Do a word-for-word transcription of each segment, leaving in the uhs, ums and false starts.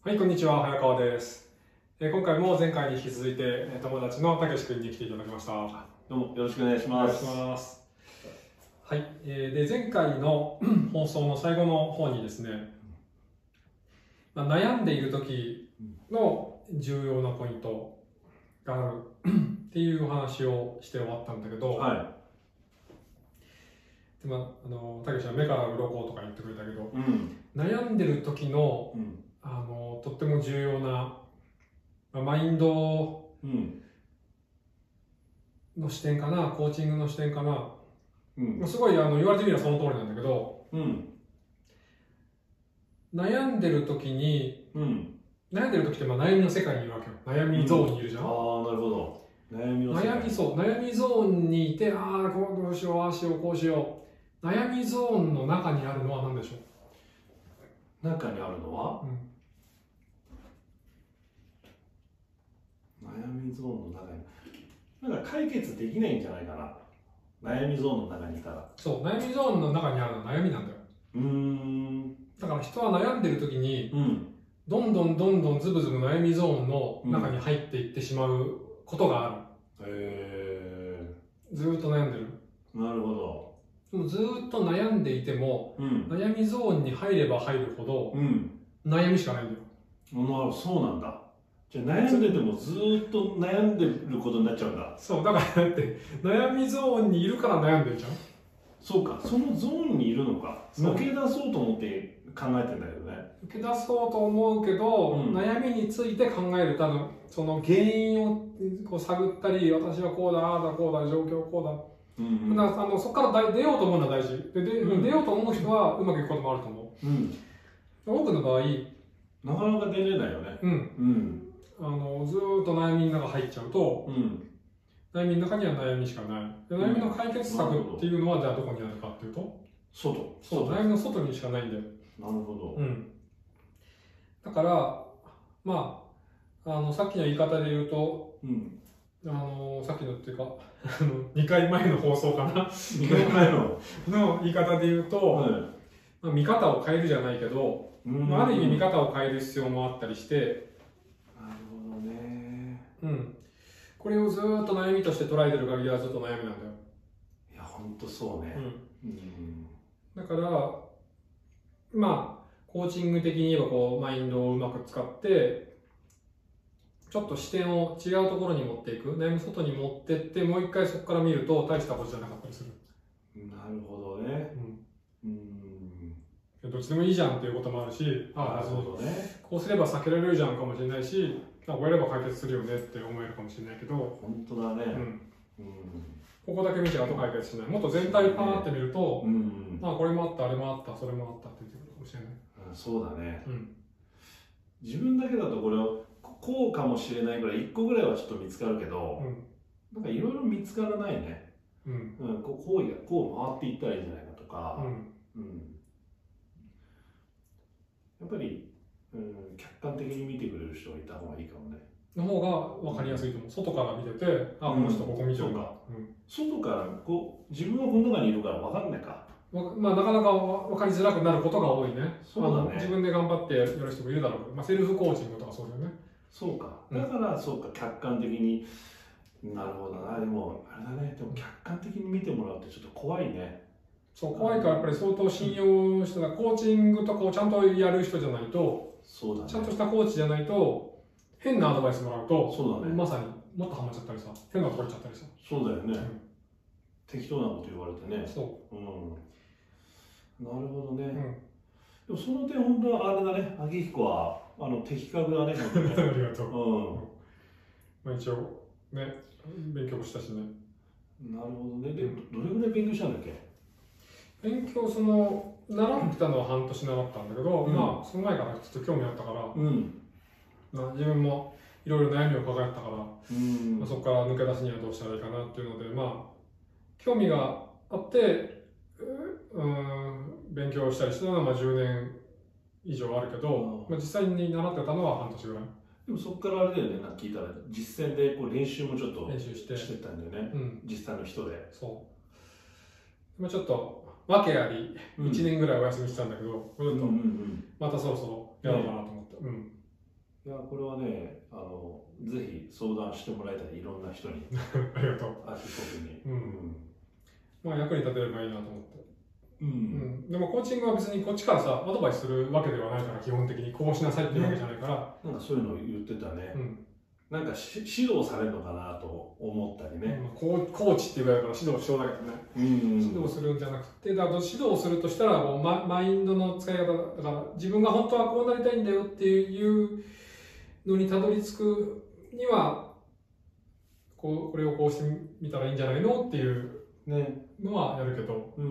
はい、こんにちは、早川です。えー今回も前回に引き続いて、えー友達のたけし君に来ていただきました。お願どうもよろしくお願いしまいす。 します。はい、えーで前回の放送の最後の方にですね、まあ、悩んでいる時の重要なポイントがあるっていうお話をして終わったんだけど、 はでまあ、あのたけしは目から鱗とか言ってくれたけど、 い。うん。 悩んでる時のうん。 あのとっても重要な、まあ、マインドうん。 の視点かな、コーチングの視点かな、 うん。 すごいあの言われてみればその通りなんだけど、 うん。 悩んでる時に、 うん。 悩んでる時ってまあ悩みの世界にいるわけよ。悩みゾーンにいるじゃん。 ああ、なるほど。悩みの世界悩みそう、悩みゾーンにいて、ああ、こうどうしよう、ああしよう、こうしよう。悩みゾーンの中にあるのは何でしょう。 中にあるのは、 うん、 悩みゾーンの中に。なんか解決できないんじゃないかな。悩みゾーンの中にいたら。 そう、悩みゾーンの中にあるのは悩みなんだよ。 うーん。 だから人は悩んでる時に、 うん。 どんどんどんどんズブズブ悩みゾーンの中に入っていってしまうことがある。 へえずーっと悩んでる。 ー。なるほど。 でもずーっと悩んでいても、 うん。 悩みゾーンに入れば入るほどうん。 悩みしかないんだよ。 なるほど、そうなんだ。じゃあ悩んでてもずーっと悩んでることになっちゃうんだ。 そう、だからだって悩みゾーンにいるから悩んでるじゃん。 そうか、そのゾーンにいるのか。 そう抜け出そうと思って考えてんだけどね。 抜け出そうと思うけど、 うん悩みについて考えると、その原因をこう探ったり、私はこうだ、ああだ、こうだ、状況こうだ。 うんだからあのそこから出ようと思うのは大事でで、 うん出ようと思う人はうまくいくこともあると思うん。うん。 う。多くの場合、 なかなか出れないよね。 うん、 うん。 あのずーっと悩みの中入っちゃうと、 うん。 悩みの中には悩みしかない。で悩みの解決策っていうのはじゃあどこにあるかっていうと、 外。 そう、悩みの外にしかないんだよ。 なるほど。 うん。だから、まあ、あの、さっきの言い方で言うと、 うん。 あの、さっきのっていうか、あの、にかいまえの放送かなにかいまえの。 の言い方で言うと、 はい。 まあ、見方を変えるじゃないけど、 うんまあ、ある意味見方を変える必要もあったりして、 なるほどね。 うん。これをずーっと悩みとして捉えてる限りはずっと悩みなんだよ。 いや、ほんとそうね。 うん。 うん。 だから、まあ、コーチング的に言えばこう、マインドをうまく使って、ちょっと視点を違うところに持っていく。悩み外に持ってって、もう一回そこから見ると大したことじゃなかったりする。 なるほどね。 うん。 うん。 どっちでもいいじゃんっていうこともあるし、ああ、 なるほどね。 こうすれば避けられるじゃんかもしれないし、あこうやれば解決するよねって思えるかもしれないけど、 本当だね。 うん。 うん。 ここだけ見て後解決しない。もっと全体パーって見ると、 うん。 あこれもあった、あれもあった、それもあったって言ってくるかもしれない。 うん、そうだね。 うん。 自分だけだとこれをこうかもしれないぐらいいっこぐらいはちょっと見つかるけど、 うん。 なんかいろいろ見つからないね。 うん。 うん、こうこうやこう回っていったらいいんじゃないかとか、 うん。 うんやっぱり、うん、客観的に見てくれる人がいた方がいいかもね。 の方が分かりやすいと思う。外から見てて、あ、この人ここ見てるんだ。うん外からこう自分はこの中にいるから分かんないか。 わまあ、なかなか分かりづらくなることが多いね。 そうだねあの自分で頑張ってやる人もいるだろうけど、まあ、セルフコーチングとかそうだよね。 そうか。 うんだから、そうか、客観的に。なるほどな。でも、あれだね。でも客観的に見てもらうってちょっと怖いね。 そう怖いからやっぱり相当信用してたコーチングとかをちゃんとやる人じゃないと、 そうだね。 ちゃんとしたコーチじゃないと変なアドバイスもらうと、 そうだね。 まさにもっとハマっちゃったりさ、変なとこ行っちゃったりさ。 そうだよね。 うん適当なこと言われてね。 そうん。なるほどね。 う。うん。 でもその点本当はあれだね。秋彦はあの的確だね。本当あねりがとう。 うまあ一応ね勉強もしたしね。 ん。なるほどね。で、どれぐらい勉強したんだっけ？ 勉強その習ってたのは半年習ったんだけど、 うんまあその前からちょっと興味あったから、 うん。 まあ、自分もいろいろ悩みを抱えてたから、 うんまあ、そこから抜け出すにはどうしたらいいかなっていうので、まあ興味があってうーん勉強したりしたのはまあじゅうねん以上あるけど、まあ、実際に習ってたのは半年ぐらいでもそこからあれだよね。なんか聞いたら実践でこう練習もちょっと練習して、 してたんだよね。 うん、 実際の人で。 そうまあちょっと訳ありうんいちねんぐらいお休みしてたんだけど、ちょっとうんうんうん。 またそろそろやろうかなと思って、うんいやこれはねあのぜひ相談してもらいたいいろんな人にありがとう。 あきこくに、 うん、まあ役に立てればいいなと思って。 うん、うん、 でもコーチングは別にこっちからさアドバイスするわけではないから、基本的にこうしなさいっていうわけじゃないから、 ね、なんかそういうのを言ってたね、うん、なんかし指導されるのかなと思ったりね、 うん、コーコーチって言われるから指導しようだけどね、うん、指導するんじゃなくて、だから指導するとしたらこう マ, マインドの使い方だから、自分が本当はこうなりたいんだよっていうのにたどり着くにはこうこれをこうしてみたらいいんじゃないのっていうのはやるけど、 うん、うん、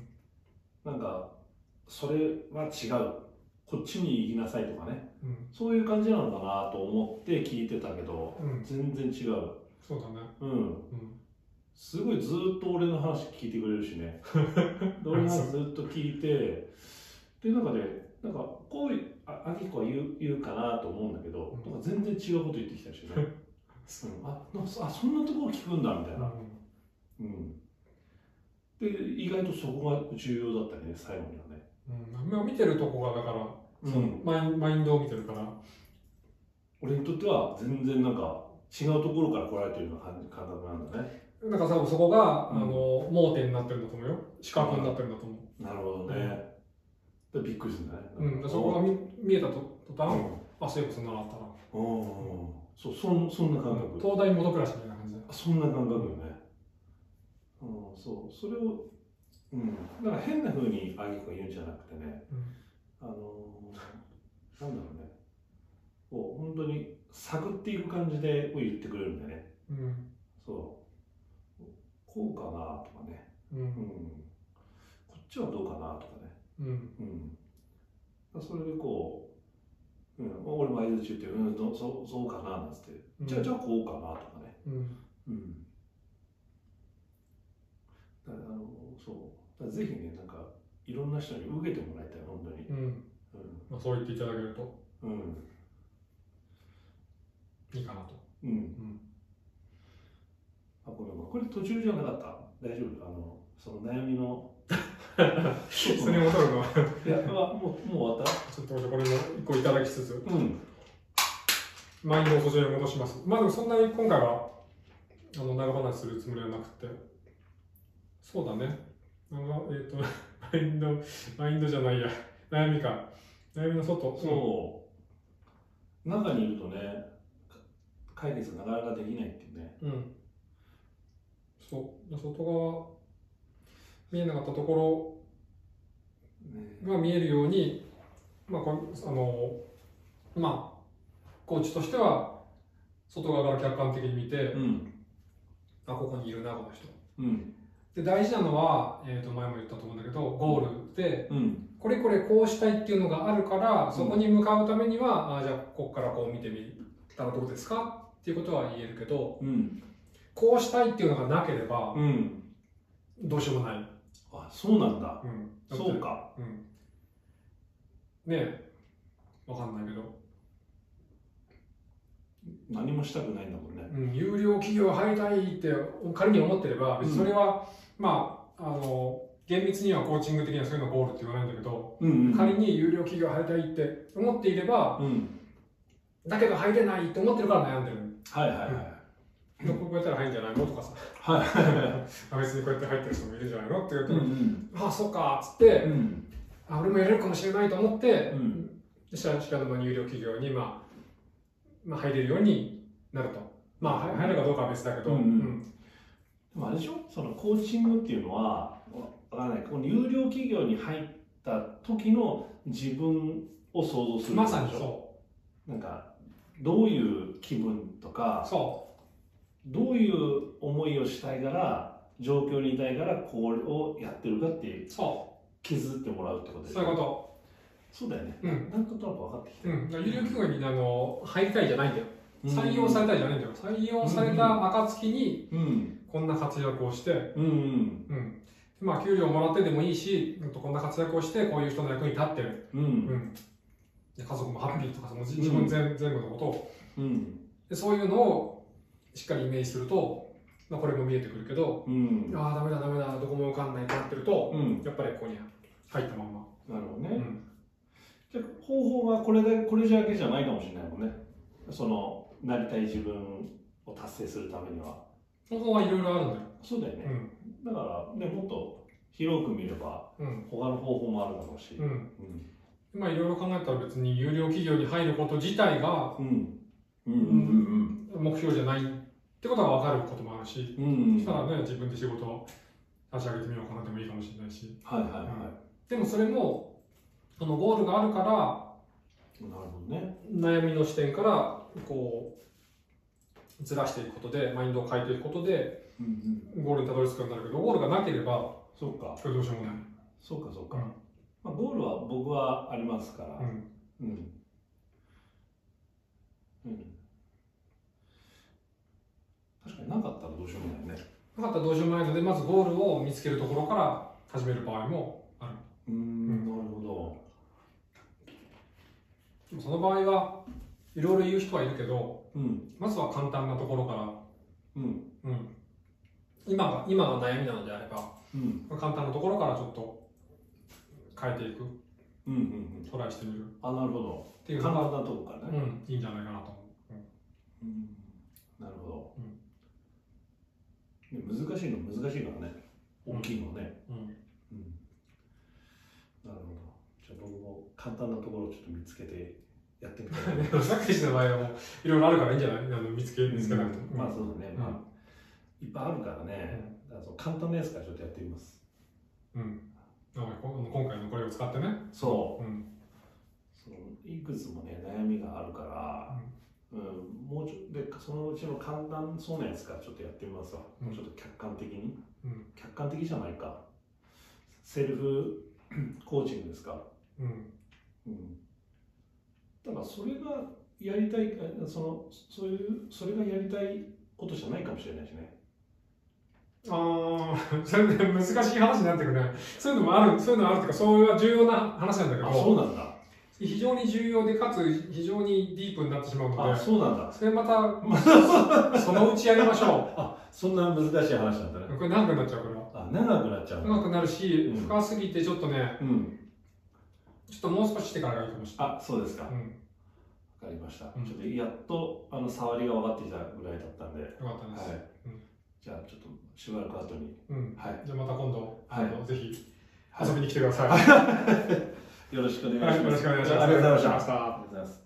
なんかそれは違う、こっちに行きなさいとかね、うん、そういう感じなのかなと思って聞いてたけど、うん、全然違う。 そうだね、 うん、うん、すごいずっと俺の話聞いてくれるしね俺もずっと聞いてでなんかねなんかこういうあきこは言う、言うかなと思うんだけど、うん、なんか全然違うこと言ってきたしね、うん、あ, あそんなところ聞くんだみたいな、うん、うん、で意外とそこが重要だったりね、最後にはね、 うん、見てるとこがだから、うん、そのマイン、マインドを見てるから、 俺にとっては全然なんか違うところから来られてるような感覚なんだね。 だから多分そこが、うん、あの盲点になってるんだと思うよ。視覚になってるんだと思う。 なるほどね。うん、でびっくりするんだね。 うん、そこが 見, 見えたと途端、うん、あ、そういえばそんなのあったな。 うん、そう、そんそんな感覚。 東大元暮らしみたいな感じで。 そんな感覚よね。うん、そう、それを、うん、だから変な風にあぎこが言うんじゃなくてね、うん、あのー、なんだろうね、こう本当に探っていく感じで言ってくれるんだよね。うん、そう、こうかなとかね、うん、うん、こっちはどうかなとかね、うん、うん、それでこう、うん、俺も相づち言って、うん、そう、そうかななんつって、うん、じゃあじゃあこうかなとかね、うん、うん、だからあのそうだぜひね、なんかいろんな人に受けてもらいたい、本当に、うん、うん、 まあ、そう言っていただけると、 うん、 いいかなと、 うん、うん、あ、これこれ途中じゃなかった？大丈夫？あのその悩みのそれに戻るのいや、あ、もうもう終わった？ ちょっとこれも一個いただきつつ、うん、マインドをそちらに戻します。まあでもそんなに今回はあの長話するつもりはなくて、そうだね、あのえっ、ー、とマインドマインドじゃないや、悩みか、悩みの外、 そう、中にいるとね解決なかなかできないっていうね、うん、 そう外側見えなかったところが見えるように、まあこあのまあコーチとしては外側から客観的に見て、うん、あ、ここにいるなこの人、うん、で大事なのは、えー、と前も言ったと思うんだけど、ゴールで、うん、これこれこうしたいっていうのがあるから、そこに向かうためには、うん、あ、じゃあここからこう見てみたらどうですかっていうことは言えるけど、うん、こうしたいっていうのがなければ、うん、どうしようもない。 あ、そうなんだ。うん、そうか。うん、 ねえ、わかんないけど。 何もしたくないんだもんね。 うん、有料企業入りたいって仮に思ってれば、別にそれは、うん、まあ、あの、厳密にはコーチング的にはそういうのゴールって言わないんだけど、うんうん、仮に有料企業入りたいって思っていれば、うん、だけど入れないって思ってるから悩んでる。 はいはいはい。 うん、こうやったら入るんじゃないのとかさ、はい、別にこうやって入ってる人もいるんじゃないのって言うと、うんうん、ああ、そうかっつって、うん、あ、俺もやれるかもしれないと思って、うん、知らぬ有料企業に、まあ、まあ入れるようになると。まあ入るかどうかは別だけど、うんうん、 でもあれでしょ、そのコーチングっていうのはわからない、この有料企業に入った時の自分を想像する。 まさにそう。 なんかどういう気分とか、そうどういう思いをしたいから、状況にいたいからこれをやってるかっていう、そう気づってもらうってことですね。そういうこと。 そうだよね。うん、なんとなく分かってきて。 うん、有料企業にあの入りたいじゃないんだよ。採用されたいじゃないんだよ。採用された暁に、うん、こんな活躍をして、うんうんうん、まあ給料もらってでもいいし、こんな活躍をしてこういう人の役に立ってる、うんうん、で家族もハッピーとか、自分全、うん、全部のことを、うん、でそういうのをしっかりイメージすると、まあ、これも見えてくるけど、うん、ああダメだダメだどこも受かんないってなってると、うん、やっぱりここに入ったまんま。 なるほどね。うん、じゃあ方法がこれでこれだけじゃないかもしれないもんね。そのなりたい自分を達成するためには方法はいろいろあるんだよ。 そうだよね、 うん、 だからねもっと広く見れば、うん、他の方法もあるだろうし、うんうん、 まあいろいろ考えたら別に有料企業に入ること自体が目標じゃないってことが分かることもあるし、うんうん、そしたらね自分で仕事を立ち上げてみようかなでもいいかもしれないし、はいはいはい、うん、でもそれもそのゴールがあるから、なるほどね、悩みの視点からこうずらしていくことでマインドを変えていくことで、うんうん、ゴールにたどり着くようになるけど、ゴールがなければそうかそれどうしようもない。 そうかそうか、うん、まあ、ゴールは僕はありますから、うんうんうん、確かになかったらどうしようもないね。 なかったらどうしようもないので、まずゴールを見つけるところから始める場合もある。 うーん、うん、なるほど。その場合はいろいろ言う人はいるけど、うん、まずは簡単なところから、うんうん、今が今が悩みなのであれば、うん、簡単なところからちょっと変えていく、うんうんうん、トライしてみる。 あ、なるほど。っていうのが簡単なところからね、 うん、いいんじゃないかなと思う。 うんうん、なるほど、うん、難しいの難しいからね、大きいのね、うんうんうん、なるほど。じゃあ僕も簡単なところをちょっと見つけてやってみたい。 さっきの場合はもういろいろあるからいいんじゃない？あの見つけ見つけなくても、 うん、まあそうだね、うん、まあいっぱいあるからね、うん、だからその簡単なやつからちょっとやってみます。うん。 今回のこれを使ってね。 そう。うん、そのいくつもね悩みがあるから、うん、うん、もうちょでそのうちの簡単そうなやつからちょっとやってみますわ。うん、もうちょっと客観的に、うん、客観的じゃないか。セルフコーチングですか。うん。うん。だからそれがやりたいそのそういうそれがやりたいことじゃないかもしれないしね。 ああ、それで難しい話になってくるね。そういうのもある、そういうのもあるっていうか、そういう重要な話なんだけど。 あ、そうなんだ。 非常に重要で、かつ非常にディープになってしまうので。 あ、そうなんだ。 それまた、そのうちやりましょう。 あ、そんな難しい話なんだね。 これ長くなっちゃうから。 あ、長くなっちゃう。 長くなるし、うん、深すぎてちょっとね、うん、ちょっともう少ししてからがいいかもしれない。 あ、そうですか。うん、わかりました。うん、ちょっとやっとあの触りが分かってきたぐらいだったんで。よかったです。はい。うん、 じゃあちょっとしばらく後に、 うん、はい、じゃあまた今度、はい、ぜひ遊びに来てください。 よろしくお願いします。 よろしくお願いします。 ありがとうございました。 ありがとうございます。